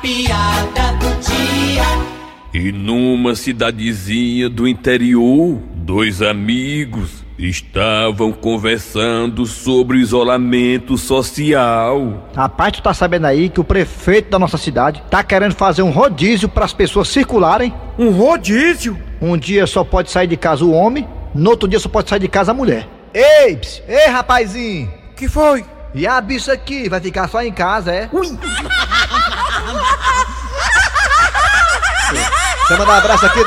piada do dia. E numa cidadezinha do interior, dois amigos estavam conversando sobre isolamento social. Rapaz, tu tá sabendo aí que o prefeito da nossa cidade tá querendo fazer um rodízio para as pessoas circularem? Um rodízio? Um dia só pode sair de casa o homem, no outro dia só pode sair de casa a mulher. Ei, rapazinho! Que foi? E a bicha aqui vai ficar só em casa, é? Ui! Deixa eu mandar um abraço aqui